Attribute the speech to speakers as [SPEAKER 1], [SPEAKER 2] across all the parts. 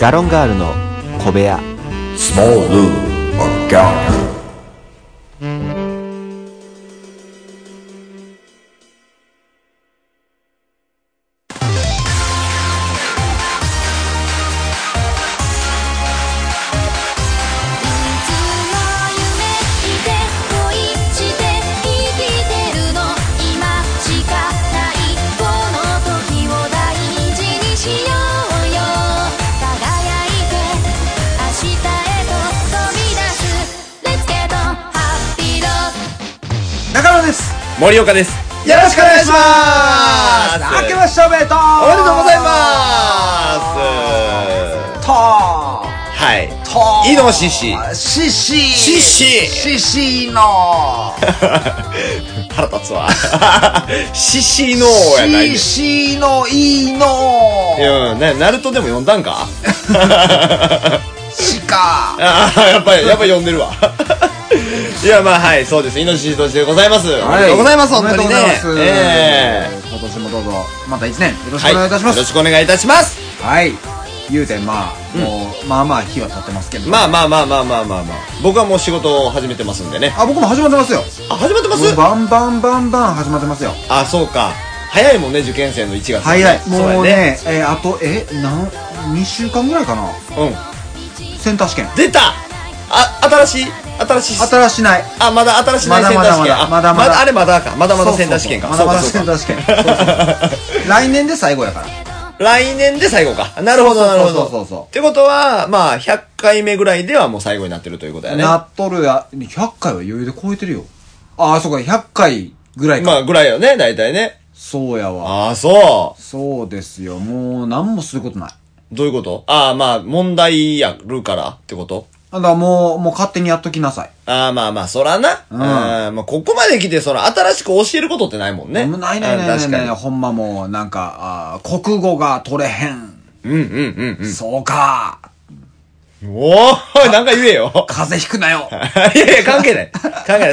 [SPEAKER 1] ガロンガールの小部屋。
[SPEAKER 2] Small Lou or Gallagher。
[SPEAKER 3] 森岡です。
[SPEAKER 1] よろしくお願いします。明けましておめでとう。
[SPEAKER 3] おめでとうございます。はい。イノシシ。
[SPEAKER 1] シシ。
[SPEAKER 3] シシ。
[SPEAKER 1] シシの。
[SPEAKER 3] 腹立つわ。シシのやないね。
[SPEAKER 1] シシのいいの。
[SPEAKER 3] いや、ナルトでも読んだんか。
[SPEAKER 1] シカ。
[SPEAKER 3] やっぱり読んでるわ。いや、まあ、はい、そうです。イノシシとしてございます。おめでとうございます、本当にね。
[SPEAKER 1] 今年もどうぞ、また1年、よろしくお願いいたします。
[SPEAKER 3] よろしくお願いいたします。
[SPEAKER 1] はい。言うて、まあ、もう、まあまあ、日は経ってますけど。
[SPEAKER 3] まあ。僕はもう仕事を始めてますんでね。
[SPEAKER 1] あ、僕も始まってますよ。
[SPEAKER 3] あ、始まってます？
[SPEAKER 1] バン始まってますよ。
[SPEAKER 3] あ、そうか。早いもんね、受験生の1月。
[SPEAKER 1] 早い。もうね、あと、2週間ぐらいかな。
[SPEAKER 3] うん。
[SPEAKER 1] センター試験。
[SPEAKER 3] 出た！新しない。あ、まだ新しないセンター試験。まだあれまだか。まだセンター試験か。
[SPEAKER 1] まだセンター試験。来年で最後やから。
[SPEAKER 3] 来年で最後か。なるほど。
[SPEAKER 1] そう。
[SPEAKER 3] ってことは、まあ、100回目ぐらいではもう最後になってるということやね。
[SPEAKER 1] なっとるや、100回は余裕で超えてるよ。ああ、そうか、100回ぐらいか。
[SPEAKER 3] まあ、ぐらいよね、大体ね。
[SPEAKER 1] そうやわ。
[SPEAKER 3] ああ、そう。
[SPEAKER 1] そうですよ。もう、何もすることない。
[SPEAKER 3] どういうこと？ああ、まあ、問題やるからってこと？
[SPEAKER 1] だからもう勝手にやっときなさい。
[SPEAKER 3] ああ、まあ、そらな。まあ、ここまで来て、新しく教えることってないもんね。
[SPEAKER 1] ない。確かに。ほんまもう、なんか、国語が取れへん。
[SPEAKER 3] うん。
[SPEAKER 1] そうか。
[SPEAKER 3] おー、なんか言えよ。
[SPEAKER 1] 風邪ひくなよ。
[SPEAKER 3] いや、関係ない。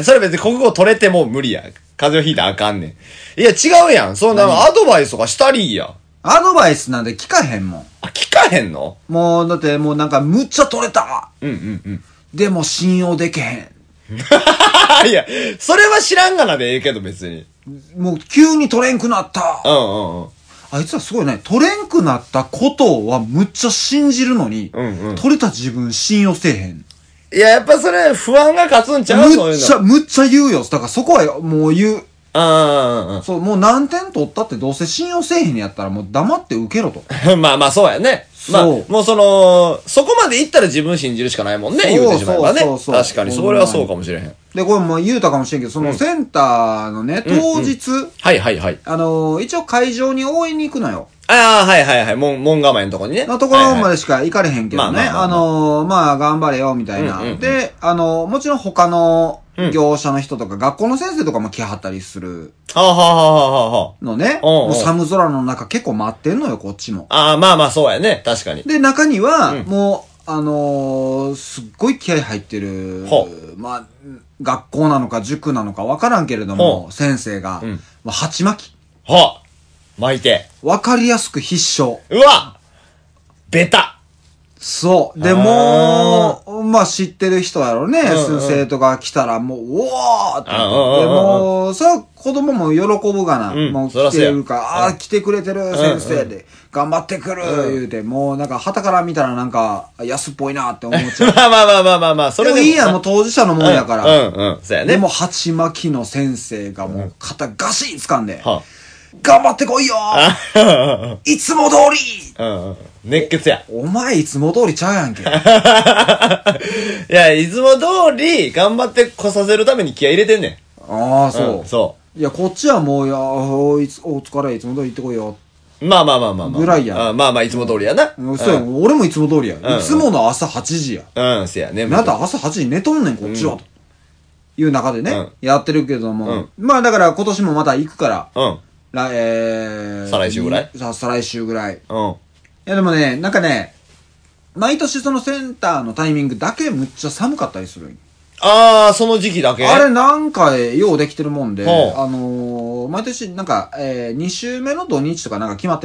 [SPEAKER 3] それ別に国語取れても無理や。風邪をひいたらあかんねん。いや、違うやん。そんなアドバイスとかしたりや。
[SPEAKER 1] アドバイスなんて聞かへんもん。
[SPEAKER 3] あ、聞かへんの？
[SPEAKER 1] もう、だってもうなんか、むっちゃ取れた。でも信用できへん。
[SPEAKER 3] いや、それは知らんがなでええけど別に。
[SPEAKER 1] もう急に取れんくなった。
[SPEAKER 3] うん。
[SPEAKER 1] あいつはすごいね。取れんくなったことはむっちゃ信じるのに、取れた自分信用せえへん。
[SPEAKER 3] いや、やっぱそれ不安が勝つんちゃう？
[SPEAKER 1] むっちゃ言うよ。だからそこはもう言う。
[SPEAKER 3] そう、
[SPEAKER 1] もう何点取ったってどうせ信用せえへんやったらもう黙って受けろと。
[SPEAKER 3] まあ、そうやね。まあ、もうそこまで行ったら自分信じるしかないもんね、言うてしまえばね。確かに、それはそうかもしれへん。
[SPEAKER 1] で、これも言うたかもしれんけど、そのセンターのね、当日。
[SPEAKER 3] はい。
[SPEAKER 1] 一応会場に応援に行くのよ。
[SPEAKER 3] ああ、はい。門構えのとこにね。
[SPEAKER 1] のところまでしか行かれへんけどね。まあ、頑張れよ、みたいな。で、もちろん他の業者の人とか、学校の先生とかも来はったりする。のね。もう寒空の中結構待ってんのよ、こっちも。
[SPEAKER 3] ああ、まあ、そうやね。確かに。
[SPEAKER 1] で、中には、もう、すっごい気合入ってる、まあ、学校なのか塾なのかわからんけれども、先生が、鉢巻き。
[SPEAKER 3] 巻いて。
[SPEAKER 1] わかりやすく必勝。
[SPEAKER 3] うわ！ベタ！
[SPEAKER 1] そう。で、もう、まあ知ってる人やろね。生徒が来たらもう、おーって。で、もう、さ、子供も喜ぶがな。もう来てるから、ああ、来てくれてる先生で、頑張ってくる言うて、もうなんか、旗から見たらなんか、安っぽいなって思っちゃう。
[SPEAKER 3] まあ、それ
[SPEAKER 1] でもいいやん、もう当事者のもんやから。
[SPEAKER 3] そうやね。
[SPEAKER 1] でも、鉢巻きの先生がもう、肩ガシッ掴んで、頑張ってこいよいつも通り
[SPEAKER 3] 熱血や。
[SPEAKER 1] お前いつも通りちゃうやんけ。
[SPEAKER 3] いや、いつも通り頑張ってこさせるために気合い入れてんねん。
[SPEAKER 1] ああ、そう。
[SPEAKER 3] そう。
[SPEAKER 1] いや、こっちはもう、お疲れ、いつも通り行ってこいよ。
[SPEAKER 3] まあ。
[SPEAKER 1] ぐらいや。
[SPEAKER 3] まあ、いつも通りやな。
[SPEAKER 1] そうや、俺もいつも通りや。いつもの朝8時や。
[SPEAKER 3] せやね。
[SPEAKER 1] また朝8時に寝とんねん、こっちは。という中でね、やってるけども。まあ、だから今年もまた行くから。再
[SPEAKER 3] 来週ぐらい？
[SPEAKER 1] 再来週ぐらい。いやでもね、なんかね、毎年そのセンターのタイミングだけむっちゃ寒かったりするん。
[SPEAKER 3] ああ、その時期だけ？
[SPEAKER 1] あれなんかようできてるもんで、毎年なんか、2週目の土日とかなんか決まってるね。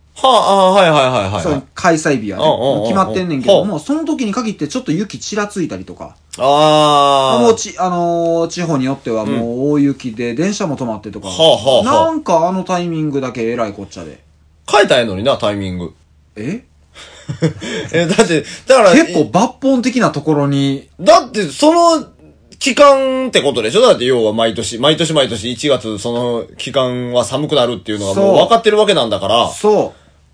[SPEAKER 3] はいはいはいはい。
[SPEAKER 1] そう、開催日はね、もう決まってんねんけども、その時に限ってちょっと雪ちらついたりとか。もう地方によってはもう大雪で電車も止まってとか。なんかタイミングだけえらいこっちゃで。
[SPEAKER 3] 変えたらええのにな、タイミング。だから
[SPEAKER 1] 結構抜本的なところに。
[SPEAKER 3] だって、その、期間ってことでしょ？だって要は毎年1月その期間は寒くなるっていうのがもう分かってるわけなんだから。
[SPEAKER 1] そう。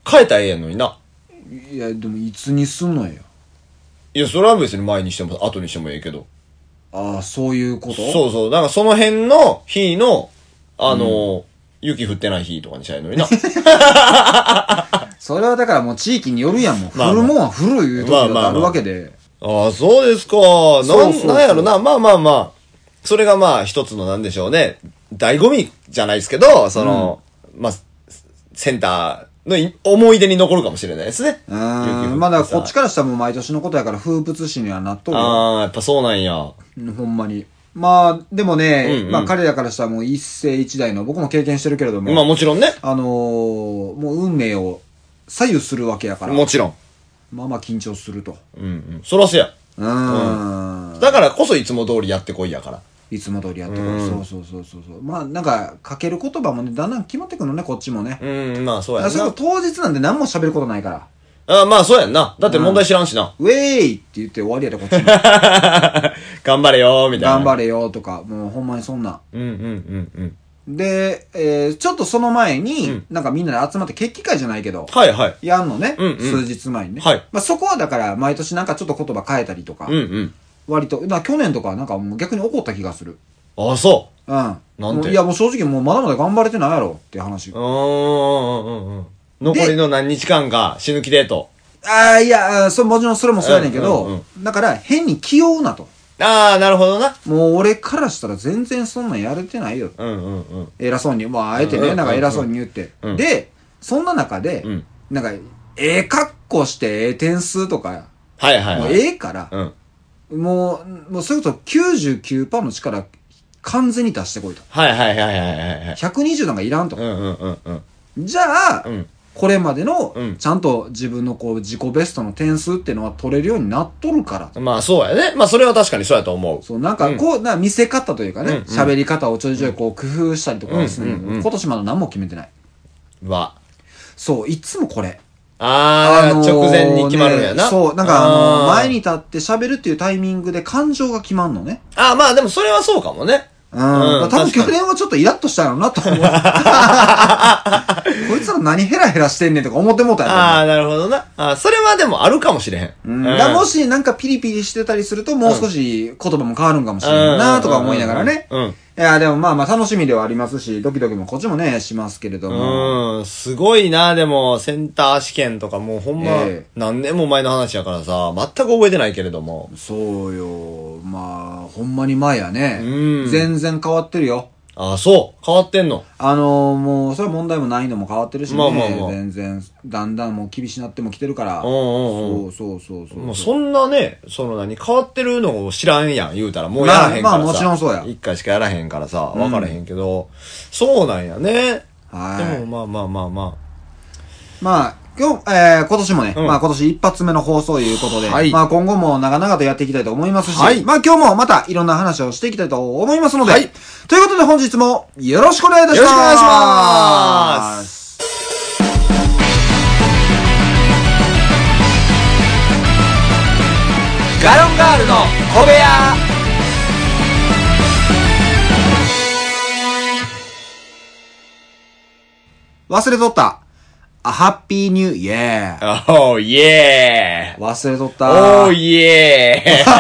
[SPEAKER 3] 変えたらええやんのにな。
[SPEAKER 1] いや、でもいつにすんのよ。
[SPEAKER 3] いや、それは別に前にしても後にしてもええけど。
[SPEAKER 1] ああ、そういうこと？
[SPEAKER 3] そうそう。だからその辺の日の、雪降ってない日とかにしたらええのにな。
[SPEAKER 1] それはだからもう地域によるやんもん。降るもんは降るいう時だってあるわけで。
[SPEAKER 3] ああ、そうですか。なんやろな。まあ。それがまあ一つのなんでしょうね。醍醐味じゃないですけど、まあ、センターの思い出に残るかもしれないですね。
[SPEAKER 1] まあだからこっちからしたらもう毎年のことやから風物詩にはなっとるよ。
[SPEAKER 3] ああ、やっぱそうなんや。
[SPEAKER 1] ほんまに。まあ、でもね、まあ彼らからしたらもう一世一代の、僕も経験してるけれども。
[SPEAKER 3] まあもちろんね。
[SPEAKER 1] もう運命を左右するわけやから。
[SPEAKER 3] もちろん。
[SPEAKER 1] まあ緊張すると。
[SPEAKER 3] そらせや。だからこそいつも通りやってこいやから。
[SPEAKER 1] いつも通りやってこい。そう。まあなんか、かける言葉もね、だんだん決まってくるのね、こっちもね。
[SPEAKER 3] まあそうやな。
[SPEAKER 1] それ当日なんで何も喋ることないから。
[SPEAKER 3] まあそうやんな。だって問題知らんしな。
[SPEAKER 1] ウェーイって言って終わりやで、こっちも。
[SPEAKER 3] 頑張れよー、みたいな。
[SPEAKER 1] 頑張れよーとか、もうほんまにそんな。で、ちょっとその前に、なんかみんなで集まって決起会じゃないけど、やんのね、数日前にね。まあそこはだから毎年なんかちょっと言葉変えたりとか、割と、去年とかはなんかもう逆に怒った気がする。
[SPEAKER 3] ああ、そう。
[SPEAKER 1] なんで？いやもう正直もうまだまだ頑張れてないやろっていう話。
[SPEAKER 3] 残りの何日間か死ぬ気でと。
[SPEAKER 1] いや、もちろんそれもそうやねんけど、だから変に気負うなと。
[SPEAKER 3] ああ、なるほどな。
[SPEAKER 1] もう俺からしたら全然そんなんやれてないよ。偉そうに、まああえてね、なんか偉そうに言って。で、そんな中で、なんか、格好して点数とか、もうから、もうそれこそ 99% の力完全に出してこいと。120なんかいらんと。じゃあ、これまでの、ちゃんと自分のこう、自己ベストの点数っていうのは取れるようになっとるから。
[SPEAKER 3] まあそうやね。まあそれは確かにそうやと思う。
[SPEAKER 1] そう、なんかこう、見せ方というかね、喋り方をちょいちょいこう、工夫したりとかですね。今年まだ何も決めてない。そう、いつもこれ。
[SPEAKER 3] 直前に決まるんやな。
[SPEAKER 1] そう、なんか前に立って喋るっていうタイミングで感情が決まんのね。
[SPEAKER 3] まあでもそれはそうかもね。
[SPEAKER 1] 多分去年はちょっとイラッとしたのなと思う。こいつら何ヘラヘラしてんねんとか思ってもうたや
[SPEAKER 3] ん。なるほどな。それはでもあるかもしれへん。
[SPEAKER 1] もしなんかピリピリしてたりするともう少し言葉も変わるんかもしれんなとか思いながらね。いや、でもまあ楽しみではありますし、ドキドキもこっちもね、しますけれども。
[SPEAKER 3] すごいな、でも、センター試験とかもうほんま、何年も前の話やからさ、全く覚えてないけれども。
[SPEAKER 1] そうよ。まあ、ほんまに前やね。全然変わってるよ。
[SPEAKER 3] そう。変わってんの。
[SPEAKER 1] もう、それは問題も難易度も変わってるしね。全然、だんだんもう厳しなっても来てるから。そう。
[SPEAKER 3] もうそんなね、変わってるのを知らんやん、言うたら。もうやらへんからさ。
[SPEAKER 1] まあもちろんそうや。
[SPEAKER 3] 一回しかやらへんからさ、わからへんけど、そうなんやね。でもまあ。まあ、
[SPEAKER 1] 今年もね、まあ今年一発目の放送ということで、まあ今後も長々とやっていきたいと思いますし、まあ今日もまたいろんな話をしていきたいと思いますので、ということで本日もよろしくお願いいたします。よろしくお願いします。
[SPEAKER 3] ガロンガールの小部屋。
[SPEAKER 1] 忘れとった。ハッピーニューイヤー。
[SPEAKER 3] Oh yeah!
[SPEAKER 1] 忘れとった。
[SPEAKER 3] Oh yeah!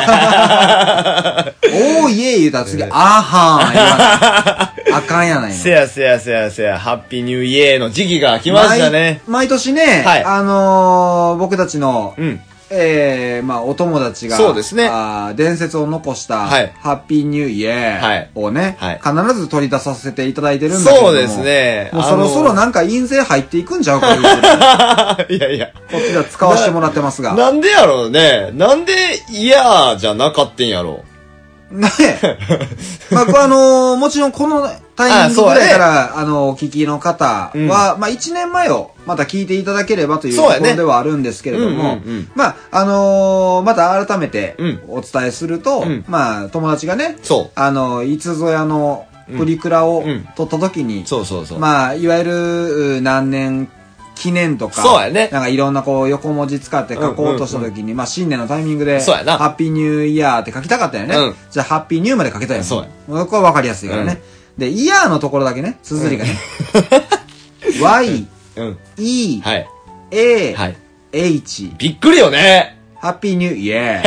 [SPEAKER 1] Oh yeah 言うたら次、あはーん言わない。あかんやないの。
[SPEAKER 3] せや。ハッピーニューイヤーの時期が来ましたね。
[SPEAKER 1] 毎年ね、僕たちの、まあ、お友達が、
[SPEAKER 3] そうですね。
[SPEAKER 1] 伝説を残した、ハッピーニューイヤーをね、必ず取り出させていただいてるんだけども。そうですね。もうそろそろなんか印税入っていくんちゃうか
[SPEAKER 3] いや。
[SPEAKER 1] こっちでは使わせてもらってますが。
[SPEAKER 3] なんでやろうね。なんで嫌じゃなかったんやろう。
[SPEAKER 1] ねえ。まあ、もちろんこのタイミングぐらいから、お聞きの方は、まあ、1年前をまた聞いていただければというところではあるんですけれども、まあ、また改めてお伝えすると、まあ、友達がね、いつぞやのプリクラを撮った時に、まあ、いわゆる何年記念とか、なんかいろんなこう横文字使って書こうとした時に、まあ新年のタイミングで、ハッピーニューイヤーって書きたかったよね。じゃあハッピーニューまで書けたよね。これはわかりやすいからね。で、イヤーのところだけね、綴りがね。Y, E, A, H。
[SPEAKER 3] びっくりよね。
[SPEAKER 1] ハッピーニューイヤ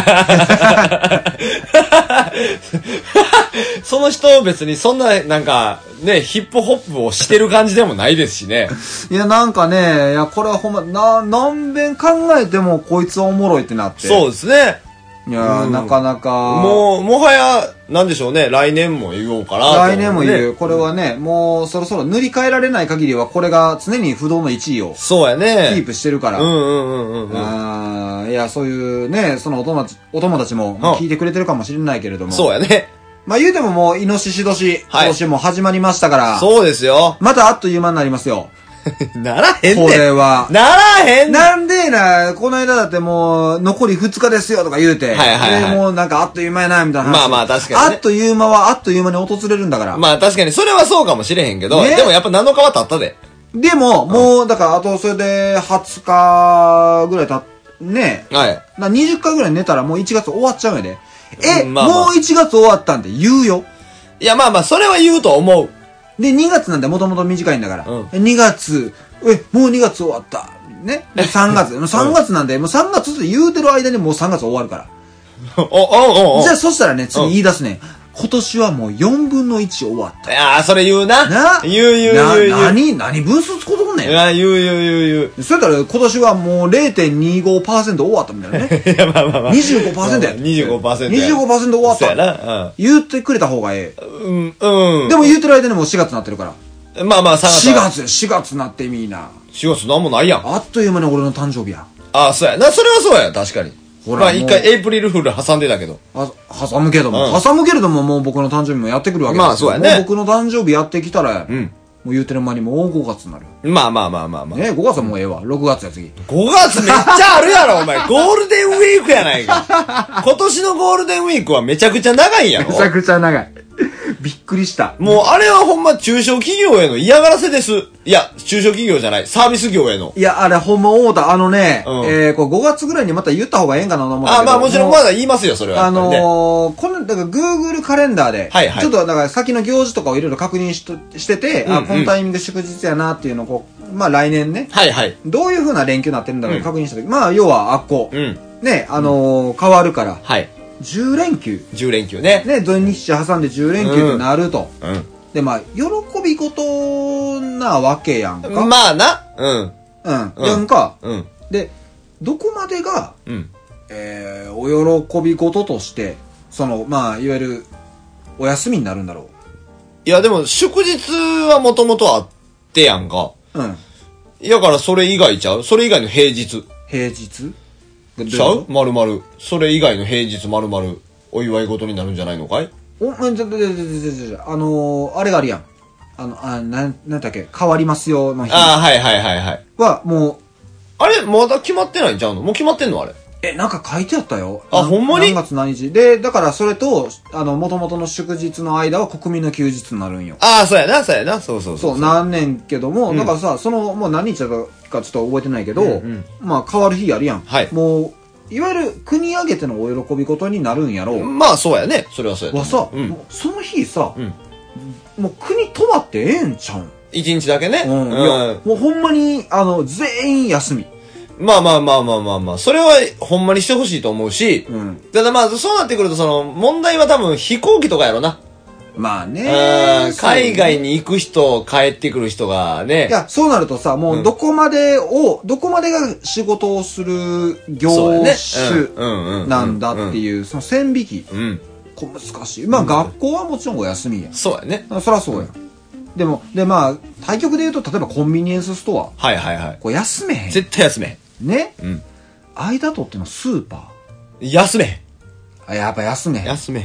[SPEAKER 3] ー。その人別にそんな、なんか、ね、ヒップホップをしてる感じでもないですしね。
[SPEAKER 1] いや、なんかね、いや、これはほんま、何遍考えてもこいつはおもろいってなって。
[SPEAKER 3] そうですね。
[SPEAKER 1] いや、なかなか。
[SPEAKER 3] もはや、なんでしょうね、来年も言おうかな。
[SPEAKER 1] 来年も言う。これはね、もうそろそろ塗り替えられない限りは、これが常に不動の1位を。
[SPEAKER 3] そうやね。
[SPEAKER 1] キープしてるから。いや、そういうね、そのお友達も聞いてくれてるかもしれないけれども。
[SPEAKER 3] そうやね。
[SPEAKER 1] まあ言うてももう、イノシシ年、今年も始まりましたから。
[SPEAKER 3] そうですよ。
[SPEAKER 1] またあっという間になりますよ。
[SPEAKER 3] ならへんねん。
[SPEAKER 1] これは。
[SPEAKER 3] ならへんねん。
[SPEAKER 1] なんでな、この間だってもう、残り2日ですよとか言うて。で、もうなんかあっという間やな、みたいな話。
[SPEAKER 3] まあまあ確かに、ね。
[SPEAKER 1] あっという間はあっという間に訪れるんだから。
[SPEAKER 3] まあ確かに、それはそうかもしれへんけど、ね、でもやっぱ7日は経ったで。
[SPEAKER 1] でも、もう、だから、あとそれで20日ぐらい経って、ね。
[SPEAKER 3] はい。
[SPEAKER 1] 20回ぐらい寝たらもう1月終わっちゃうんやで。もう1月終わったんって言うよ。
[SPEAKER 3] いや、まあまあ、それは言うと思う。
[SPEAKER 1] で、2月なんでもともと短いんだから。2月、もう2月終わった。ね。で、3月。3月なんで、もう3月って言うてる間にもう3月終わるから。じゃあ、そしたらね、次言い出すね。今年はもう4分の1終わった。
[SPEAKER 3] いやー、それ言うな。言う。
[SPEAKER 1] 何分数つことんねん。
[SPEAKER 3] いや、言う。
[SPEAKER 1] それから今年はもう 0.25% 終わったみたいなね。
[SPEAKER 3] いや、まあ。
[SPEAKER 1] 25% や。25% 終わった。そうやな。言ってくれた方がええ。でも言うてる間にもう4月になってるから。
[SPEAKER 3] まあ、
[SPEAKER 1] 4月なってみーな。
[SPEAKER 3] 4月なんもないやん。
[SPEAKER 1] あっという間に俺の誕生日や。
[SPEAKER 3] ああ、そうやな。それはそうや、確かに。まあ一回エイプリルフール挟んでたけど。
[SPEAKER 1] 挟むけれどももう僕の誕生日もやってくるわけですよ。
[SPEAKER 3] まあそうやね。
[SPEAKER 1] 僕の誕生日やってきたら、もう言うてる間にもう5月になる。
[SPEAKER 3] まあ。
[SPEAKER 1] ね、5月はもうええわ。6月や次。
[SPEAKER 3] 5月めっちゃあるやろ、お前。ゴールデンウィークやないか。今年のゴールデンウィークはめちゃくちゃ長いんやろ。
[SPEAKER 1] めちゃくちゃ長い。びっくりした。
[SPEAKER 3] もうあれはほんま中小企業への嫌がらせです。いや、中小企業じゃない、サービス業への。
[SPEAKER 1] いや、あれほんま思った。これ5月ぐらいにまた言った方がええんかなと思ったけど。
[SPEAKER 3] まあもちろんまだ言いますよ、それは。
[SPEAKER 1] この、だから Google カレンダーで、ちょっとだから先の行事とかをいろいろ確認してて、このタイミング祝日やなっていうのをこう、まあ来年ね。どういう風な連休になってるんだろう確認した時、まあ要はあっこ。ね、変わるから。10連休。
[SPEAKER 3] 10連休ね。
[SPEAKER 1] ね、土日挟んで10連休になると。で、まあ、喜び事なわけやんか。
[SPEAKER 3] まあな。
[SPEAKER 1] やんか。で、どこまでが、お喜び事として、まあ、いわゆる、お休みになるんだろう。
[SPEAKER 3] いや、でも、祝日はもともとあってやんか。だからそれ以外ちゃう？それ以外の平日。
[SPEAKER 1] 平日
[SPEAKER 3] ちゃう？丸々。それ以外の平日丸々、お祝い事になるんじゃないのかい？あれがあるやん。なんだっけ、変わりますよの日。 はい。
[SPEAKER 1] は、もう。
[SPEAKER 3] あれまだ決まってないんちゃうの？もう決まってんのあれ。
[SPEAKER 1] なんか書いてあったよ。
[SPEAKER 3] ほんまに？
[SPEAKER 1] 何月何日。で、だからそれと、元々の祝日の間は国民の休日になるんよ。
[SPEAKER 3] そうやな。そう、
[SPEAKER 1] なんねんけども、だからさ、もう何日だかちょっと覚えてないけど、まあ変わる日あるやん。もう、いわゆる国挙げてのお喜び事になるんやろう。
[SPEAKER 3] まあそうやね。それはそうや。
[SPEAKER 1] さ、その日さ、もう国止まってええんちゃうん？
[SPEAKER 3] 一日だけね。
[SPEAKER 1] もうほんまに、全員休み。
[SPEAKER 3] まあ。それはほんまにしてほしいと思うし、ただまあそうなってくると問題は多分飛行機とかやろな。
[SPEAKER 1] まあね。
[SPEAKER 3] 海外に行く人、帰ってくる人がね。
[SPEAKER 1] いや、そうなるとさ、もうどこまでが仕事をする業種なんだっていう、その線引き。難しい。まあ学校はもちろんお休みや。
[SPEAKER 3] そうやね。
[SPEAKER 1] そりゃそうや。でまあ、対局で言うと、例えばコンビニエンススト
[SPEAKER 3] ア。
[SPEAKER 1] これ休めへん。
[SPEAKER 3] 絶対休めへん。
[SPEAKER 1] ね。間取ってのスーパ
[SPEAKER 3] ー。休めへん。
[SPEAKER 1] やっぱ休めへん。
[SPEAKER 3] 休めへん。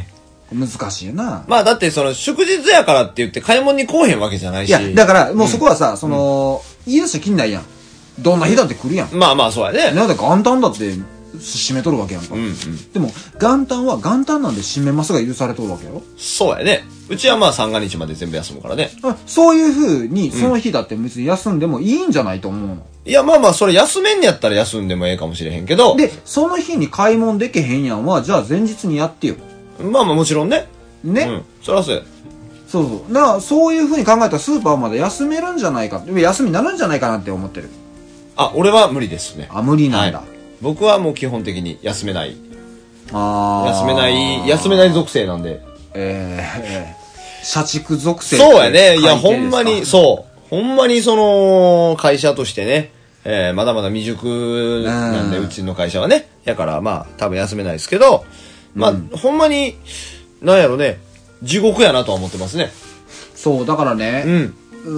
[SPEAKER 1] 難しいよな。
[SPEAKER 3] まあだってその祝日やからって言って買い物に来おへんわけじゃないし。
[SPEAKER 1] いや、だからもうそこはさ、言い出したら気にないやん。どんな日だって来るやん。
[SPEAKER 3] まあまあそうやね。
[SPEAKER 1] なんだ元旦だって締めとるわけやんか。でも、元旦は元旦なんで締めますが許されとるわけよ。
[SPEAKER 3] そうやね。うちはまあ三が日まで全部休むからね。
[SPEAKER 1] そういう風に、その日だって別に休んでもいいんじゃないと思うの。
[SPEAKER 3] いや、まあまあ、それ休めんやったら休んでもええかもしれへんけど。
[SPEAKER 1] で、その日に買い物できへんやんは、じゃあ前日にやってよ。
[SPEAKER 3] まあまあもちろんね。
[SPEAKER 1] ね。
[SPEAKER 3] うん。そらそうや。
[SPEAKER 1] そうそう。だから、そういう風に考えたらスーパーまで休めるんじゃないか。休みになるんじゃないかなって思ってる。
[SPEAKER 3] あ、俺は無理ですね。
[SPEAKER 1] あ、無理なんだ。
[SPEAKER 3] はい、僕はもう基本的に休めない。
[SPEAKER 1] 休
[SPEAKER 3] めない属性なんで。
[SPEAKER 1] 社畜属性。
[SPEAKER 3] そうやね。いや、ほんまに、そう。ほんまにその、会社としてね、まだまだ未熟なんで、うちの会社はね。やからまあ、多分休めないですけど、まあ、ほんまに、なんやろね、地獄やなとは思ってますね。
[SPEAKER 1] そう、だからね、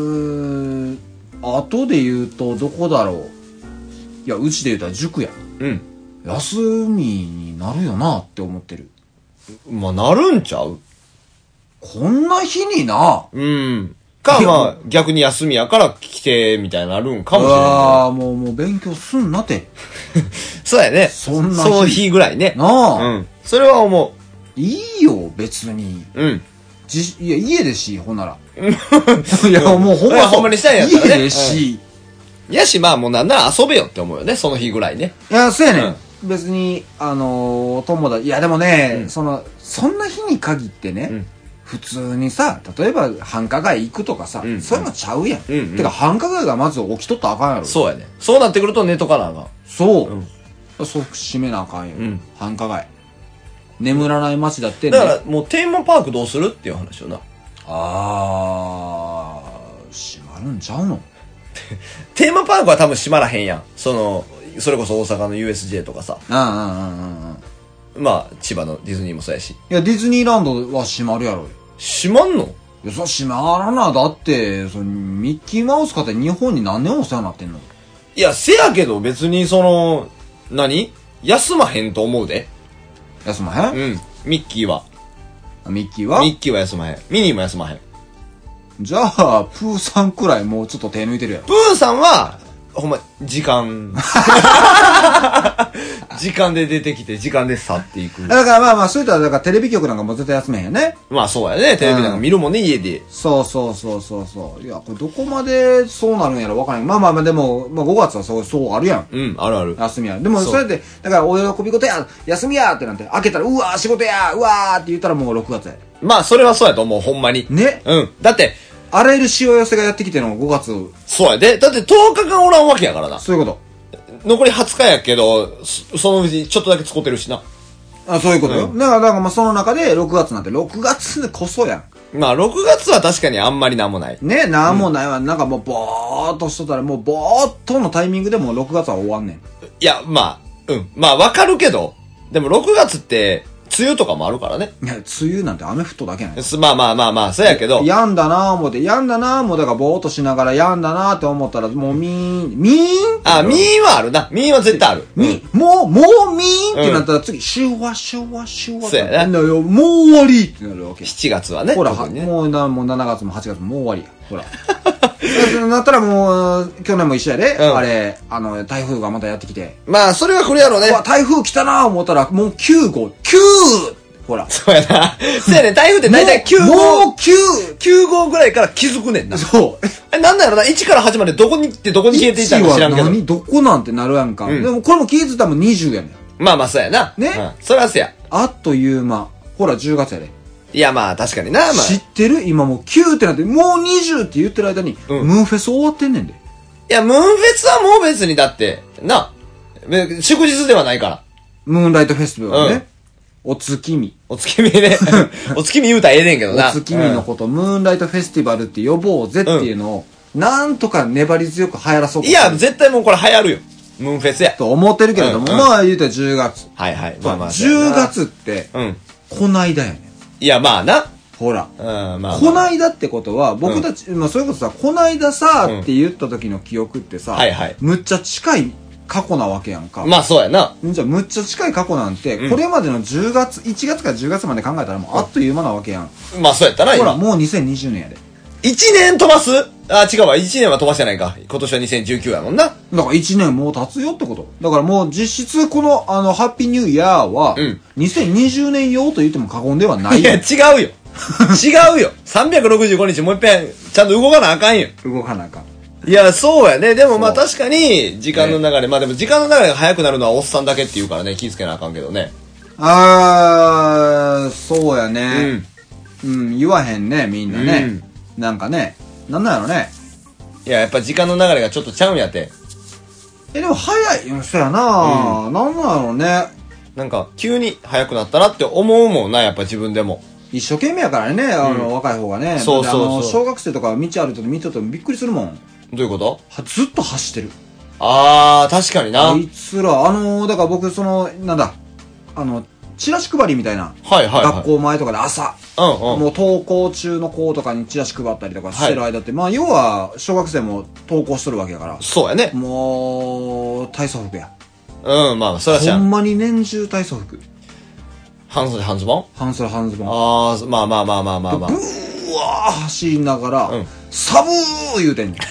[SPEAKER 1] 後で言うと、どこだろう。いや、うちで言うたら塾や。休みになるよなって思ってる。
[SPEAKER 3] まあ、なるんちゃう？
[SPEAKER 1] こんな日にな。
[SPEAKER 3] か、まあ、逆に休みやから来て、みたいになるんかもしれない。
[SPEAKER 1] ああ、もう勉強すんなて。
[SPEAKER 3] そうやね。
[SPEAKER 1] そんな
[SPEAKER 3] 日。その日ぐらいね。
[SPEAKER 1] なあ。
[SPEAKER 3] それは思
[SPEAKER 1] う。いいよ、別に。いや、家でし、ほんなら。いや、もう
[SPEAKER 3] ほんまにしたいやつだね。
[SPEAKER 1] 家でし。
[SPEAKER 3] やし、まあもうなんなら遊べよって思うよね、その日ぐらいね。
[SPEAKER 1] いや、そうやね。別に、友達、いやでもね、そんな日に限ってね、普通にさ、例えば繁華街行くとかさ、そういうのちゃうやん。てか繁華街がまず起きとったらあかんやろ。
[SPEAKER 3] そうやね。そうなってくると寝とかなあかん。
[SPEAKER 1] そう。そう閉めなあかんよ。繁華街。眠らない街だって
[SPEAKER 3] ね。だからもうテーマパークどうするっていう話よな。
[SPEAKER 1] 閉まるんちゃうの？
[SPEAKER 3] テーマパークは多分閉まらへんやん。それこそ大阪の USJ とかさ。まあ、千葉のディズニーもそうやし。
[SPEAKER 1] いや、ディズニーランドは閉まるやろ。
[SPEAKER 3] 閉まんの？
[SPEAKER 1] いや、閉まらな。だって、ミッキーマウスかって日本に何年お世話になってんの？
[SPEAKER 3] いや、せやけど別に何？休まへんと思うで。
[SPEAKER 1] 休まへん？
[SPEAKER 3] ミッキーは。
[SPEAKER 1] ミッキーは
[SPEAKER 3] 休まへん。ミニーも休まへん。
[SPEAKER 1] じゃあ、プーさんくらいもうちょっと手抜いてるやろ。
[SPEAKER 3] プーさんは、ほんま、時間で出てきて、時間で去っていく。
[SPEAKER 1] だからまあまあ、そういったら、だからテレビ局なんかも絶対休めへんよね。
[SPEAKER 3] まあそうやね。テレビなんか見るもんね、家で。
[SPEAKER 1] そう。いや、これどこまでそうなるんやろわからん。まあでも、5月はそうあるやん。
[SPEAKER 3] あるある。
[SPEAKER 1] 休みや。でも、それで、だからお喜び事や、休みやってなって、開けたら、うわー仕事や、うわーって言ったらもう6月や。
[SPEAKER 3] まあ、それはそうやと思う、ほんまに。
[SPEAKER 1] ね。
[SPEAKER 3] だって、
[SPEAKER 1] あらゆるしわ寄せがやってきてるのが5月。
[SPEAKER 3] そうやで。だって10日間おらんわけやからな。
[SPEAKER 1] そういうこと。
[SPEAKER 3] 残り20日やけど、そのうちちょっとだけ使ってるしな。
[SPEAKER 1] そういうことよ。だからまあその中で6月なんて、6月こそやん。
[SPEAKER 3] まあ6月は確かにあんまりなんもない。
[SPEAKER 1] ね、なんもないわ。なんかもうぼーっとしとったら、もうぼーっとのタイミングでもう6月は終わんねん。
[SPEAKER 3] いや、まあ、まあわかるけど、でも6月って、梅雨とかもあるからね。
[SPEAKER 1] いや、梅雨なんて雨降っとだけやん。
[SPEAKER 3] まあ、そうやけど。
[SPEAKER 1] やんだなぁ思って、やんだなぁもうだからぼーっとしながらやんだなぁって思ったら、もうミーン
[SPEAKER 3] はあるな。ミーンは絶対ある。
[SPEAKER 1] もうミーンってなったら次、シュワ。
[SPEAKER 3] そうやな。
[SPEAKER 1] もう終わりってなるわけ。
[SPEAKER 3] 7月はね。
[SPEAKER 1] ほら、もう7月も8月ももう終わりや。ほら。なったらもう、去年も一緒やで。あれ、台風がまたやってきて。
[SPEAKER 3] まあ、それは来るやろね。
[SPEAKER 1] 台風来たなぁ思ったら、もう9号、ほら。
[SPEAKER 3] そうやな。そうやね。台風って大体9号。
[SPEAKER 1] もう
[SPEAKER 3] 9号ぐらいから気づくねんな。
[SPEAKER 1] そう。
[SPEAKER 3] なんだろな、1から8までどこに行ってどこに消えていたか知らんけど。
[SPEAKER 1] どこなんてなるやんか。でもこれも気づいたらもう20やねん。
[SPEAKER 3] まあ、そうやな。
[SPEAKER 1] ね。
[SPEAKER 3] それはせや。
[SPEAKER 1] あっという間。ほら、10月やで。
[SPEAKER 3] いや、まあ、確かにな、まあ。
[SPEAKER 1] 知ってる今もう9ってなって、もう20って言ってる間に、ムーンフェス終わってんねんで。
[SPEAKER 3] いや、ムーンフェスはもう別にだって、祝日ではないから。
[SPEAKER 1] ムーンライトフェスティバルね。お月見。
[SPEAKER 3] お月見ね。お月見言うたらええねんけどな。
[SPEAKER 1] お月見のこと、ムーンライトフェスティバルって呼ぼうぜっていうのを、なんとか粘り強く流行らそうか。
[SPEAKER 3] いや、絶対もうこれ流行るよ。ムーンフェスや。
[SPEAKER 1] と思ってるけれども、まあ言うたら10月。
[SPEAKER 3] はい。
[SPEAKER 1] まあ10月って、こないだやねん。
[SPEAKER 3] いや、まあな。
[SPEAKER 1] ほら。
[SPEAKER 3] まあ。
[SPEAKER 1] こないだってことは、僕たち、まあそれこそさ、こないださって言った時の記憶ってさ、むっちゃ近い過去なわけやんか。
[SPEAKER 3] まあそうやな。
[SPEAKER 1] じゃあむっちゃ近い過去なんて、これまでの1月から10月まで考えたらもうあっという間なわけやん。
[SPEAKER 3] まあそうやったな、
[SPEAKER 1] ほら、もう2020年やで。
[SPEAKER 3] 1年飛ばす？あ、違うわ。1年は飛ばしてないか。今年は2019やもんな。
[SPEAKER 1] だから1年もう経つよってこと。だからもう実質このハッピーニューイヤーは、2020年用と言っても過言ではないよ。
[SPEAKER 3] いや、違うよ。違うよ。365日もう一遍、ちゃんと動かなあかんよ。
[SPEAKER 1] 動かなあかん。
[SPEAKER 3] いや、そうやね。でもまあ確かに、時間の流れ、まあでも時間の流れが早くなるのはおっさんだけって言うからね、気ぃつけなあかんけどね。
[SPEAKER 1] そうやね。言わへんね、みんなね。なんかね、なんなんやろね。
[SPEAKER 3] いや、やっぱ時間の流れがちょっとちゃうんやて。
[SPEAKER 1] でも早いよ、そうやな、なんなんやろね。
[SPEAKER 3] なんか、急に早くなったなって思うもんな、やっぱ自分でも。
[SPEAKER 1] 一生懸命やからね、若い方がね。
[SPEAKER 3] そうそう
[SPEAKER 1] 小学生とか道歩いてて見ててもびっくりするもん。
[SPEAKER 3] どういうこと？
[SPEAKER 1] ずっと走ってる。
[SPEAKER 3] 確かにな。
[SPEAKER 1] あいつら、だから僕、なんだ、チラシ配りみたいな。学校前とかで朝。もう登校中の子とかにチラシ配ったりとかしてる間って、まあ、要は、小学生も登校しとるわけやから。
[SPEAKER 3] そうやね。
[SPEAKER 1] もう、体操服や。
[SPEAKER 3] まあ、そらしゃん。
[SPEAKER 1] ほんまに年中体操服。
[SPEAKER 3] 半袖半ズボン？
[SPEAKER 1] 半袖半ズボン。
[SPEAKER 3] まあ。
[SPEAKER 1] ブワー走りながら、サブー言うてんねん。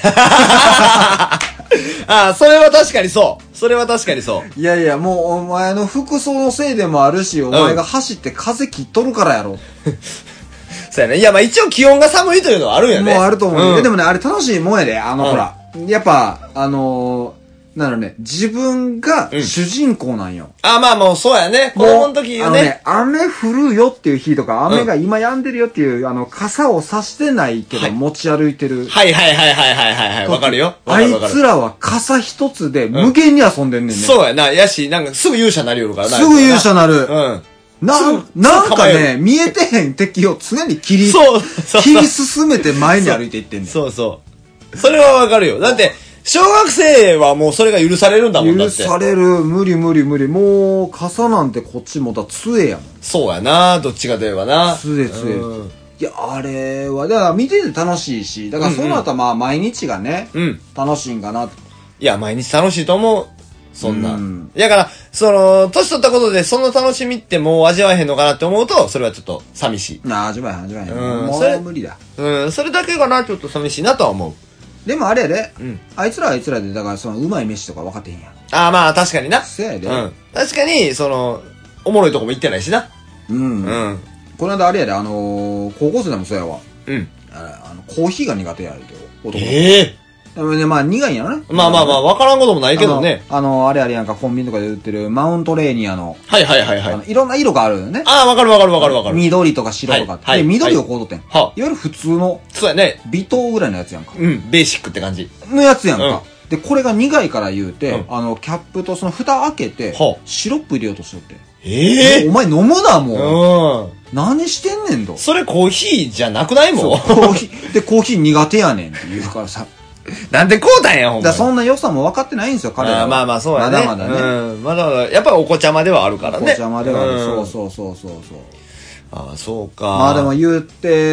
[SPEAKER 3] それは確かにそう。それは確かにそう。
[SPEAKER 1] いやいや、もうお前の服装のせいでもあるし、お前が走って風切っとるからやろ。
[SPEAKER 3] そうやね。いや、まあ一応気温が寒いというのはあるんやね。
[SPEAKER 1] もうあると思う。でもね、あれ楽しいもんやで。ほら、やっぱ、なのね、自分が主人公なんよ。
[SPEAKER 3] まあもうそうやね。子供の時よね。
[SPEAKER 1] 雨降るよっていう日とか、雨が今止んでるよっていう、傘を差してないけど持ち歩いてる。
[SPEAKER 3] はい。わかるよ。
[SPEAKER 1] あいつらは傘一つで無限に遊んでんねんね。
[SPEAKER 3] そうやな。やし、なんかすぐ勇者なりよるからな。
[SPEAKER 1] すぐ勇者なる。なんかね、見えてへん敵を常に切り進めて前に歩いていってんねん。
[SPEAKER 3] そう。それはわかるよ。だって、小学生はもうそれが許されるんだもんだって。
[SPEAKER 1] 許される。無理。もう、傘なんてこっちもた杖やもん。
[SPEAKER 3] そうやな。どっちが出ればな。
[SPEAKER 1] 杖。いや、あれは、だから見てて楽しいし、だからその後はまあ毎日がね、楽しいんかな。
[SPEAKER 3] いや、毎日楽しいと思う。そんな。だから、年取ったことでその楽しみってもう味わえへんのかなって思うと、それはちょっと寂しい。
[SPEAKER 1] 味わえへん。もう無理だ。
[SPEAKER 3] それだけがな、ちょっと寂しいなとは思う。
[SPEAKER 1] でもあれやで、あいつらで、だからうまい飯とか分かってへんやん。
[SPEAKER 3] まあ確かにな。
[SPEAKER 1] そうやで。
[SPEAKER 3] 確かに、おもろいとこも行ってないしな。
[SPEAKER 1] この間あれやで、高校生でもそうやわ。コーヒーが苦手やるてよ、男の子。まあ苦いんやろね。
[SPEAKER 3] まあ、わからんこともないけどね。
[SPEAKER 1] あれやんか、コンビニとかで売ってるマウントレーニアの。
[SPEAKER 3] はい。
[SPEAKER 1] いろんな色があるよね。
[SPEAKER 3] わかる。
[SPEAKER 1] 緑とか白とか。で、緑をこうとってん。いわゆる普通の。
[SPEAKER 3] そうやね。
[SPEAKER 1] 微糖ぐらいのやつやんか。
[SPEAKER 3] ベーシックって感じ。
[SPEAKER 1] のやつやんか。で、これが苦いから言うて、キャップとその蓋開けて、シロップ入れようとしとって。お前飲むな、もう。何してんねんと。
[SPEAKER 3] それコーヒーじゃなくないもん。
[SPEAKER 1] コーヒー苦手やねんって言うからさ。
[SPEAKER 3] なんでこうたんや、ほんま。
[SPEAKER 1] そんな良さも分かってないんですよ、彼らは。
[SPEAKER 3] まあ、そうやね。
[SPEAKER 1] まだね。
[SPEAKER 3] まだ、やっぱりお子ちゃまではあるからね。
[SPEAKER 1] お子ちゃまではある。そう。
[SPEAKER 3] そうか。
[SPEAKER 1] まあでも言って、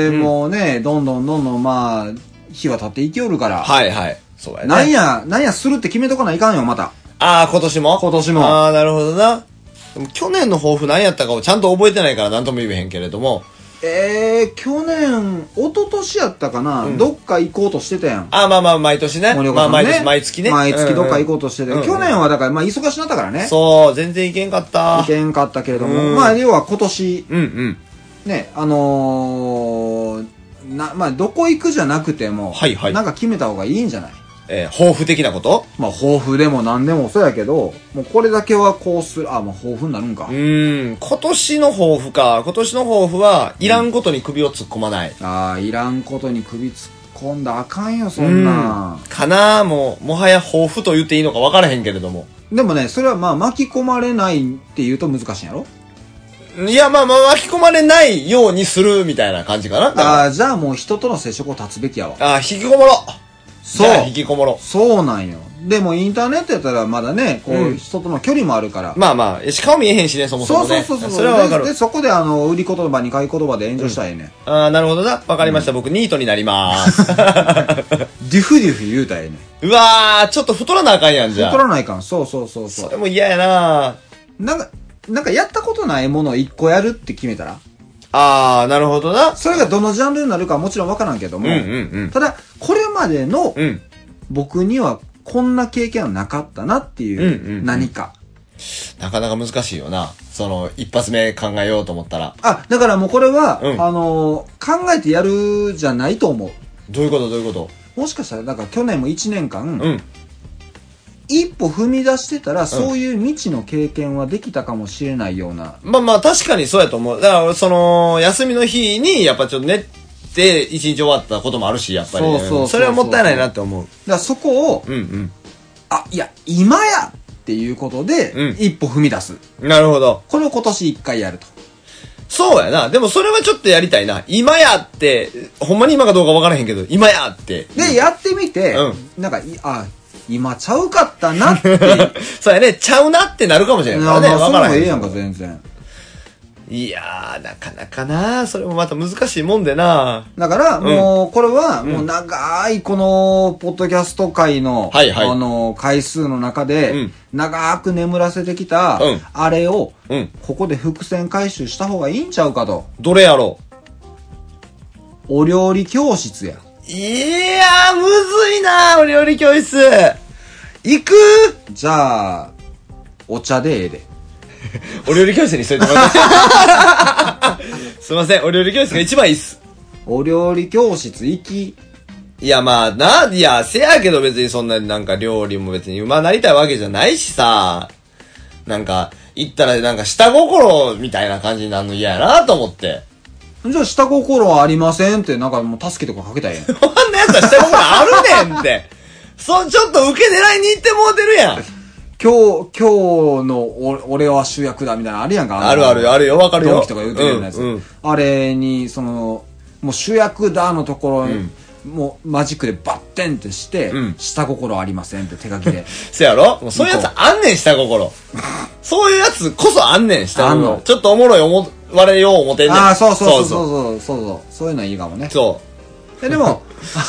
[SPEAKER 1] もうね、どんどんまあ、日は経っていきよるから。
[SPEAKER 3] はい。そうやね。
[SPEAKER 1] なんやするって決めとかないかんよ、また。
[SPEAKER 3] 今年も。なるほどな。でも去年の抱負何やったかをちゃんと覚えてないから何とも言えへんけれども。
[SPEAKER 1] 去年、一昨年やったかな、どっか行こうとしてたやん。
[SPEAKER 3] まあ、毎年ね。毎月ね。
[SPEAKER 1] 毎月どっか行こうとしてて。去年はだから、まあ、忙しなったからね。
[SPEAKER 3] そう、全然行けんかった。
[SPEAKER 1] 行けんかったけれども、まあ、要は今年、ね、まあ、どこ行くじゃなくても、なんか決めた方がいいんじゃない？
[SPEAKER 3] 抱負的なこと？
[SPEAKER 1] まあ、抱負でも何でもそうやけど、もうこれだけはこうする、まあ、抱負になるんか。
[SPEAKER 3] 今年の抱負か。今年の抱負は、いらんことに首を突っ込まない。
[SPEAKER 1] いらんことに首突っ込んだらあかんよ、そんな。
[SPEAKER 3] かなもはや抱負と言っていいのか分からへんけれども。
[SPEAKER 1] でもね、それはまあ、巻き込まれないって言うと難しいんやろ？
[SPEAKER 3] いや、まあ、巻き込まれないようにするみたいな感じかな。
[SPEAKER 1] じゃあもう人との接触を断つべきやわ。
[SPEAKER 3] 引きこもろ。
[SPEAKER 1] そう。
[SPEAKER 3] 引きこもろ。
[SPEAKER 1] そうなんよ。 でもインターネットやったらまだね、こう、人との距離もあるから。
[SPEAKER 3] まあまあ、顔見えへんしね、そもそもね。
[SPEAKER 1] そう。
[SPEAKER 3] それはわかる。
[SPEAKER 1] で、そこで売り言葉に買い言葉で炎上したらええね。
[SPEAKER 3] ああ、なるほどな。わかりました。僕、ニートになりまーす。
[SPEAKER 1] デュフ言うたらええね。
[SPEAKER 3] うわー、ちょっと太らなあかんやん、じゃあ。
[SPEAKER 1] 太らないかん。そう。
[SPEAKER 3] それも嫌やな。
[SPEAKER 1] なんかやったことないものを一個やるって決めたら
[SPEAKER 3] あー、なるほどな。
[SPEAKER 1] それがどのジャンルになるかはもちろんわからんけども、ただ、これまでの、僕にはこんな経験はなかったなっていう何か。
[SPEAKER 3] なかなか難しいよな。一発目考えようと思ったら。
[SPEAKER 1] だからもうこれは、考えてやるじゃないと思う。
[SPEAKER 3] どういうこと
[SPEAKER 1] もしかしたら、だから去年も1年間、一歩踏み出してたら、そういう未知の経験はできたかもしれないような。
[SPEAKER 3] まあまあ、確かにそうやと思う。だから、休みの日に、やっぱちょっと寝て、一日終わったこともあるし、やっぱり。それはもったいないなって思う。
[SPEAKER 1] だからそこを、いや、今やっていうことで、一歩踏み出す。
[SPEAKER 3] なるほど。
[SPEAKER 1] これを今年1回やると。
[SPEAKER 3] そうやな。でもそれはちょっとやりたいな。今やって、ほんまに今かどうか分からへんけど、今やって。
[SPEAKER 1] で、やってみて、なんか、今ちゃうかったなって。
[SPEAKER 3] そうやね、ちゃうなってなるかもしれないからね。
[SPEAKER 1] 分からへん。それもええやんか、全然。
[SPEAKER 3] いやー、なかなかな、それもまた難しいもんでな。
[SPEAKER 1] だから、もう、これは、もう長い、この、ポッドキャスト界の、回数の中で、長く眠らせてきた、あれを、ここで伏線回収した方がいいんちゃうかと。
[SPEAKER 3] どれやろ
[SPEAKER 1] う？お料理教室や。
[SPEAKER 3] いやー、むずいな、お料理教室。行く？
[SPEAKER 1] じゃあ、お茶でええで。
[SPEAKER 3] お料理教室にしといてもらって。すいません、お料理教室が一番いいっす。
[SPEAKER 1] お料理教室行き。
[SPEAKER 3] いや、まあいや、せやけど別にそんななんか料理も別に上手なりたいわけじゃないしさ。なんか、行ったらなんか下心みたいな感じになるの嫌やなと思って。
[SPEAKER 1] じゃあ下心はありませんってなんかもう助けとかかけたいやん。
[SPEAKER 3] そんなやつは下心あるねんって。ちょっと受け狙いに行ってもうてるやん。
[SPEAKER 1] 今日の俺は主役だみたいなのあるやんか。
[SPEAKER 3] あるよ、わかるよ。
[SPEAKER 1] 同期とか言うてるようなやつ。あれに、もう主役だのところに、もうマジックでバッテンってして、下心ありませんって手書きで。
[SPEAKER 3] せやろ？もうそういうやつあんねん、下心。そういうやつこそあんねん、下心。ちょっとおもろいわれよう思ってんねん。
[SPEAKER 1] そう。そういうのいいかもね。
[SPEAKER 3] そう。
[SPEAKER 1] でも、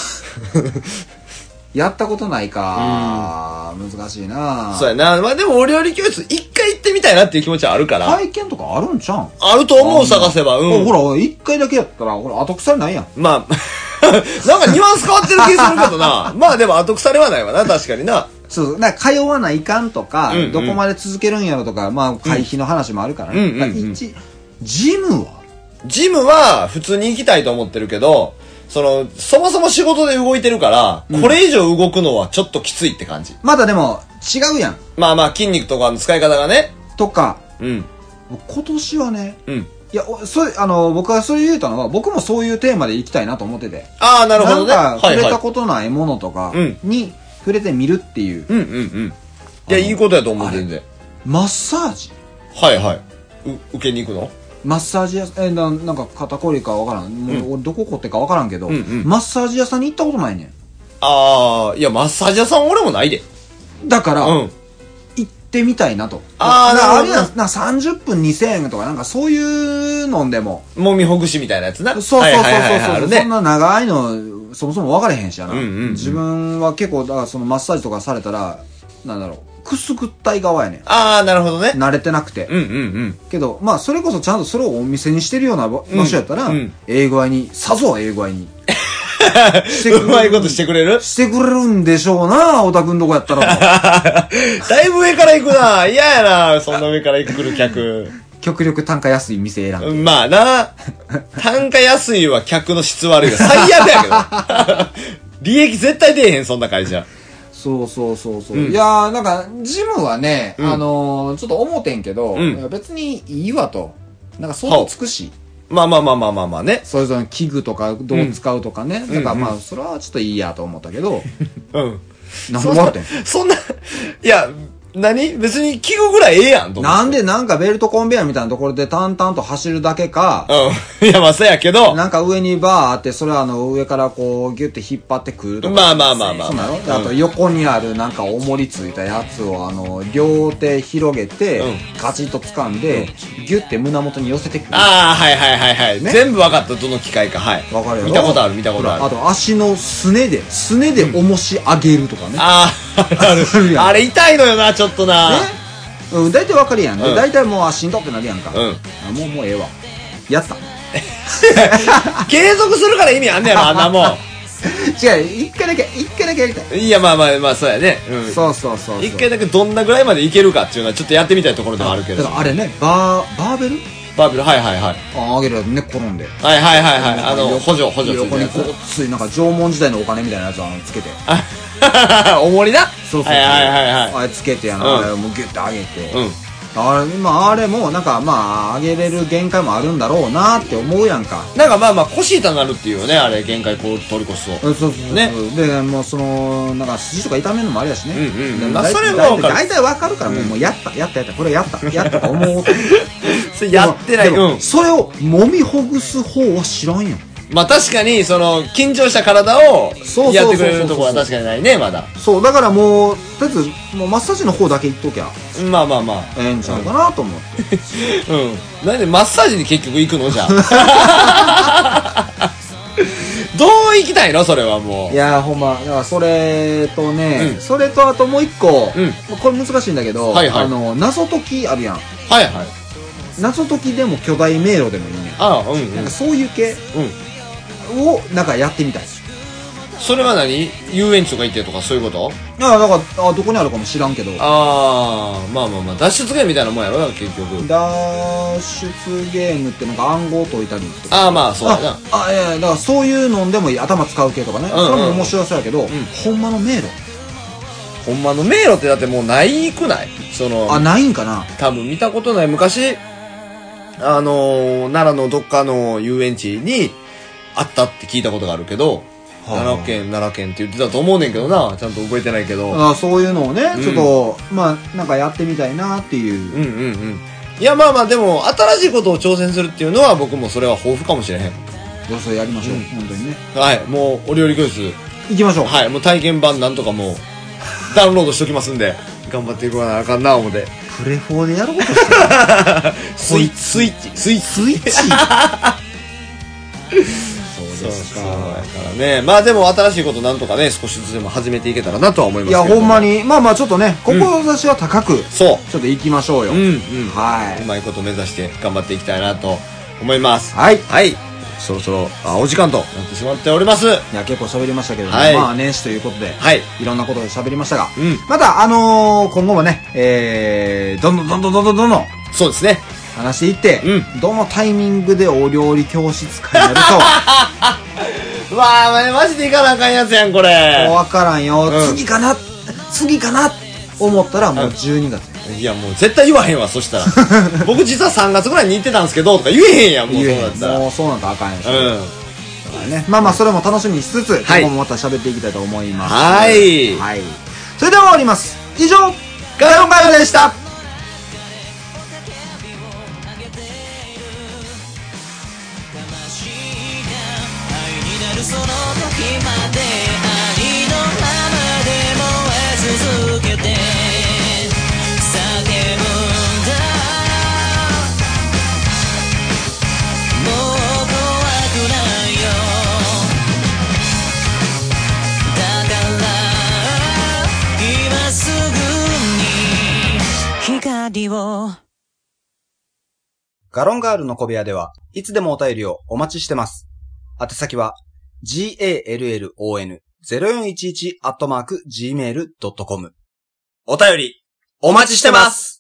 [SPEAKER 1] やったことないか、難しいな。
[SPEAKER 3] そうやな。まあでもお料理教室一回行ってみたいなっていう気持ちはあるから。
[SPEAKER 1] 体験とかあるんちゃうん？
[SPEAKER 3] あると思う、探せば。
[SPEAKER 1] ほら、一回だけやったら、ほら、後腐れないやん。
[SPEAKER 3] まあ、なんかニュアンス変わってる気するけどな。まあでも後腐れはないわな、確かにな。
[SPEAKER 1] そう、だから通わないかんとか、どこまで続けるんやろとか、まあ会費の話もあるからね。ジムは
[SPEAKER 3] 普通に行きたいと思ってるけど、そもそも仕事で動いてるから、これ以上動くのはちょっときついって感じ。
[SPEAKER 1] まだでも、違うやん。
[SPEAKER 3] まあ筋肉とかの使い方がね。
[SPEAKER 1] とか、今年はね、いや、僕がそれ言うたのは、僕もそういうテーマで行きたいなと思ってて。
[SPEAKER 3] ああ、なるほどね。
[SPEAKER 1] なんか、触れたことないものとかに触れてみるっていう。
[SPEAKER 3] いや、いいことやと思う、全然。
[SPEAKER 1] マッサージ。
[SPEAKER 3] 受けに行くの？
[SPEAKER 1] マッサージ屋さん、なんか肩こりかわからん。もう俺どこ凝ってかわからんけど、マッサージ屋さんに行ったことないねん。
[SPEAKER 3] いや、マッサージ屋さん俺もないで。
[SPEAKER 1] だから、行ってみたいなと。
[SPEAKER 3] ある
[SPEAKER 1] やん、30分2000円とかなんかそういうのでも。
[SPEAKER 3] もみほぐしみたいなやつな。
[SPEAKER 1] そう。そんな長いの、そもそも分かれへんしやな。自分は結構、だからそのマッサージとかされたら、なんだろう。くすぐったい側やねん。
[SPEAKER 3] なるほどね。
[SPEAKER 1] 慣れてなくて。けど、まあ、それこそちゃんとそれをお店にしてるような場所やったら、ええ具合に、さぞええ具合に。
[SPEAKER 3] うまいことしてくれる
[SPEAKER 1] んでしょうな、小田くんとこやったら。
[SPEAKER 3] だいぶ上から行くな。嫌やな、そんな上から来る客。
[SPEAKER 1] 極力単価安い店選んで。
[SPEAKER 3] まあな。単価安いは客の質悪いが最悪やけど。利益絶対出えへん、そんな会社。
[SPEAKER 1] そう。いやー、なんか、ジムはね、ちょっと思ってんけど、別にいいわと。なんか、相当つくし。
[SPEAKER 3] まあね。
[SPEAKER 1] それぞれの器具とか、どう使うとかね。だからまあ、それはちょっといいやと思ったけど。なんで笑ってん
[SPEAKER 3] そんな、いや、 別に聞くぐらいええやんと思って。
[SPEAKER 1] なんでなんかベルトコンベヤーみたいなところで淡々と走るだけか、
[SPEAKER 3] うん。いや、まあそうやけど。
[SPEAKER 1] なんか上にバーあって、それは上からこうギュッて引っ張ってくるとか。
[SPEAKER 3] まあ。
[SPEAKER 1] そうなの、あと横にあるなんか重りついたやつを両手広げて、カチッと掴んで、ギュッて胸元に寄せてくる。
[SPEAKER 3] ああ、はい。ね、全部分かった、どの機械か。はい。
[SPEAKER 1] わかるよ。
[SPEAKER 3] 見たことある。
[SPEAKER 1] あと足のすねで重し上げるとかね。
[SPEAKER 3] ああれ痛いのよな、ちょっとな。
[SPEAKER 1] ね、うん、大体わかるやん。大体もうしんどってなるやんか。もうええわ。やった。
[SPEAKER 3] 継続するから意味あんねやろ、あんなもん。
[SPEAKER 1] 違う、一回だけやりたい。
[SPEAKER 3] いや、まあ、そうやね。
[SPEAKER 1] そう。
[SPEAKER 3] 一回だけどんなぐらいまでいけるかっていうのはちょっとやってみたいところではあるけど。
[SPEAKER 1] だからあれね、バーベル、
[SPEAKER 3] はい。
[SPEAKER 1] 上げるやつ寝っ転んで。
[SPEAKER 3] はい。補助ついてる
[SPEAKER 1] 横にこうつい、なんか縄文時代のお金みたいなやつをつけて。
[SPEAKER 3] 重りな。
[SPEAKER 1] そう。
[SPEAKER 3] はい。
[SPEAKER 1] あれつけてあれもうギュッて上げて。あれもなんか上げれる限界もあるんだろうなって思うやんか。
[SPEAKER 3] なんか腰痛になるっていうよね、あれ限界こう取り越すと。
[SPEAKER 1] そう
[SPEAKER 3] ね。
[SPEAKER 1] でもうなんか筋とか痛めるのもあれやしね。
[SPEAKER 3] それは分かる。
[SPEAKER 1] 大体分かるからもうやったこれやったと思う。
[SPEAKER 3] それやってない。
[SPEAKER 1] それを揉みほぐす方は知らんやん。
[SPEAKER 3] まあ確かに緊張した体をやってくれるとこは確かにないね、まだ。
[SPEAKER 1] そうだからもうとりあえずもうマッサージの方だけ言っときゃ
[SPEAKER 3] まあ
[SPEAKER 1] ええんちゃうかなと思って
[SPEAKER 3] なんでマッサージに結局行くのじゃあどう行きたいのそれはもう。
[SPEAKER 1] いやほんまだからそれとね、それとあともう一個、これ難しいんだけど、謎解きあるやん。謎解きでも巨大迷路でもいいねん。なんかそういう系をなんかやってみたい。
[SPEAKER 3] それは何？遊園地とか行ってとかそういうこと？
[SPEAKER 1] だからどこにあるかも知らんけど。
[SPEAKER 3] まあ脱出ゲームみたいなもんやろ結局。
[SPEAKER 1] 脱出ゲームってなんか暗号解いたりとか。
[SPEAKER 3] まあそうやな。
[SPEAKER 1] いやだからそういうのでもいい、頭使う系とかね。それも面白そうやけど、ほんまの迷路。
[SPEAKER 3] ほんまの迷路ってだってもうないくない？
[SPEAKER 1] ないんかな。
[SPEAKER 3] 多分見たことない。昔奈良のどっかの遊園地にあったって聞いたことがあるけど、奈良県って言ってたと思うねんけどな、ちゃんと覚えてないけど。
[SPEAKER 1] そういうのをね、ちょっとなんかやってみたいなっていう。
[SPEAKER 3] いやでも新しいことを挑戦するっていうのは僕もそれは豊富かもしれへん。
[SPEAKER 1] それやりましょう、本当にね。
[SPEAKER 3] はい、もうお料理教室
[SPEAKER 1] 行きましょう。
[SPEAKER 3] はい、もう体験版なんとかもうダウンロードしときますんで頑張っていこうかなあかんな思って
[SPEAKER 1] プレフォーでやることしてる
[SPEAKER 3] スイッチそうですか。だからね、でも新しいことなんとかね少しずつでも始めていけたらなとは思いますけど。
[SPEAKER 1] いやほんまにちょっとね志は高くちょっと行きましょうよ。はい、
[SPEAKER 3] うまいこと目指して頑張っていきたいなと思います。
[SPEAKER 1] はい、
[SPEAKER 3] そろそろお時間となってしまっております。い
[SPEAKER 1] や結構喋りましたけど、年始ということで、いろんなことで喋りましたが、また今後もね、どんどん
[SPEAKER 3] そうですね
[SPEAKER 1] 話していって、どのタイミングでお料理教室会になるかは
[SPEAKER 3] マジでいかなあかんやつやんこれ。
[SPEAKER 1] 分からんよ、次かな思ったらもう12月。
[SPEAKER 3] いやもう絶対言わへんわ。そしたら僕実は3月ぐらいに行ってたんですけどとか言えへんやん。もうそうなったら
[SPEAKER 1] もうそうなんとあかんやん。だからね、それも楽しみにしつつ今後もまた喋っていきたいと思います。はい、それでは終わります。以上ガロンガヨでした。その時まで愛のままで燃え続けて叫ぶんだ。もう怖くないよ。だから今すぐに光を。ガロンガールの小部屋ではいつでもお便りをお待ちしてます。宛先はgallon0411@gmail.com。 お便りお待ちしてます。